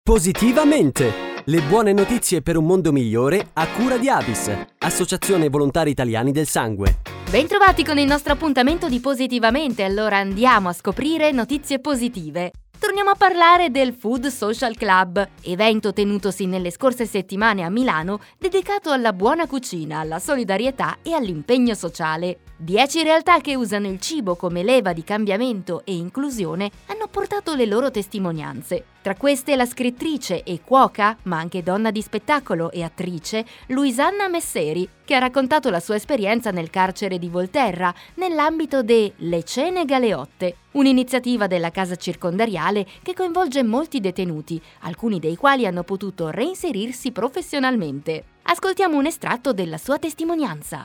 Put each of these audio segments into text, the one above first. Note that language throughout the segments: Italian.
Positivamente! Le buone notizie per un mondo migliore a cura di Avis, Associazione Volontari Italiani del Sangue. Bentrovati con il nostro appuntamento di Positivamente, allora andiamo a scoprire notizie positive. Torniamo a parlare del Food Social Club, evento tenutosi nelle scorse settimane a Milano dedicato alla buona cucina, alla solidarietà e all'impegno sociale. 10 realtà che usano il cibo come leva di cambiamento e inclusione hanno portato le loro testimonianze. Tra queste la scrittrice e cuoca, ma anche donna di spettacolo e attrice, Luisanna Messeri, che ha raccontato la sua esperienza nel carcere di Volterra nell'ambito de Le Cene Galeotte, un'iniziativa della casa circondariale che coinvolge molti detenuti, alcuni dei quali hanno potuto reinserirsi professionalmente. Ascoltiamo un estratto della sua testimonianza.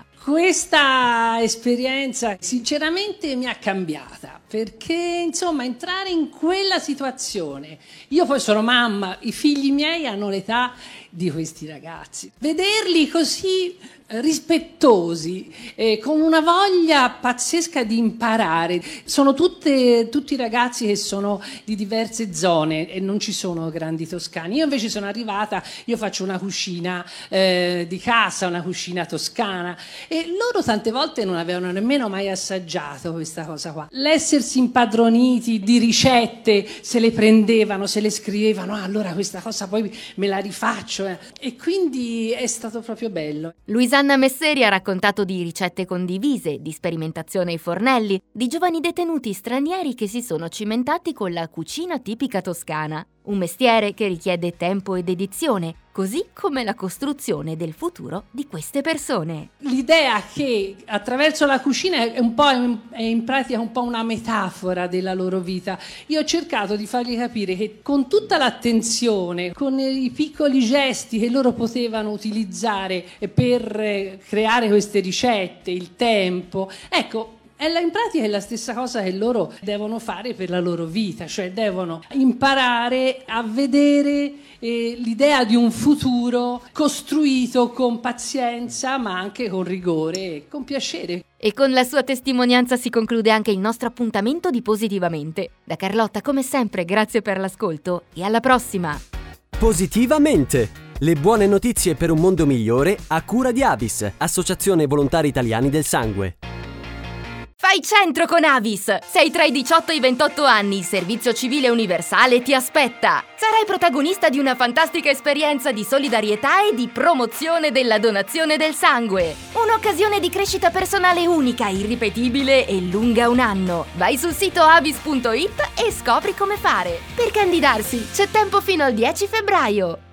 Questa esperienza sinceramente mi ha cambiata, perché insomma entrare in quella situazione, io poi sono mamma, i figli miei hanno l'età di questi ragazzi, vederli così rispettosi, con una voglia pazzesca di imparare. Sono tutti ragazzi che sono di diverse zone e non ci sono grandi toscani. Io invece sono arrivata, io faccio una cucina di casa, una cucina toscana, e loro tante volte non avevano nemmeno mai assaggiato questa cosa qua. L'essersi impadroniti di ricette, se le prendevano, se le scrivevano, allora questa cosa poi me la rifaccio, e quindi è stato proprio bello. Luisanna Messeri ha raccontato di ricette condivise, di sperimentazione ai fornelli, di giovani detenuti stranieri che si sono cimentati con la cucina tipica toscana, un mestiere che richiede tempo e dedizione, così come la costruzione del futuro di queste persone. L'idea che attraverso la cucina è in pratica un po' una metafora della loro vita. Io ho cercato di fargli capire che con tutta l'attenzione, con i piccoli gesti che loro potevano utilizzare per creare queste ricette, il tempo, ecco, in pratica è la stessa cosa che loro devono fare per la loro vita, cioè devono imparare a vedere l'idea di un futuro costruito con pazienza, ma anche con rigore e con piacere. E con la sua testimonianza si conclude anche il nostro appuntamento di Positivamente. Da Carlotta, come sempre, grazie per l'ascolto e alla prossima! Positivamente! Le buone notizie per un mondo migliore a cura di Avis, Associazione Volontari Italiani del Sangue. Fai centro con Avis! Sei tra i 18 e i 28 anni, il servizio civile universale ti aspetta! Sarai protagonista di una fantastica esperienza di solidarietà e di promozione della donazione del sangue. Un'occasione di crescita personale unica, irripetibile e lunga un anno. Vai sul sito avis.it e scopri come fare. Per candidarsi c'è tempo fino al 10 febbraio.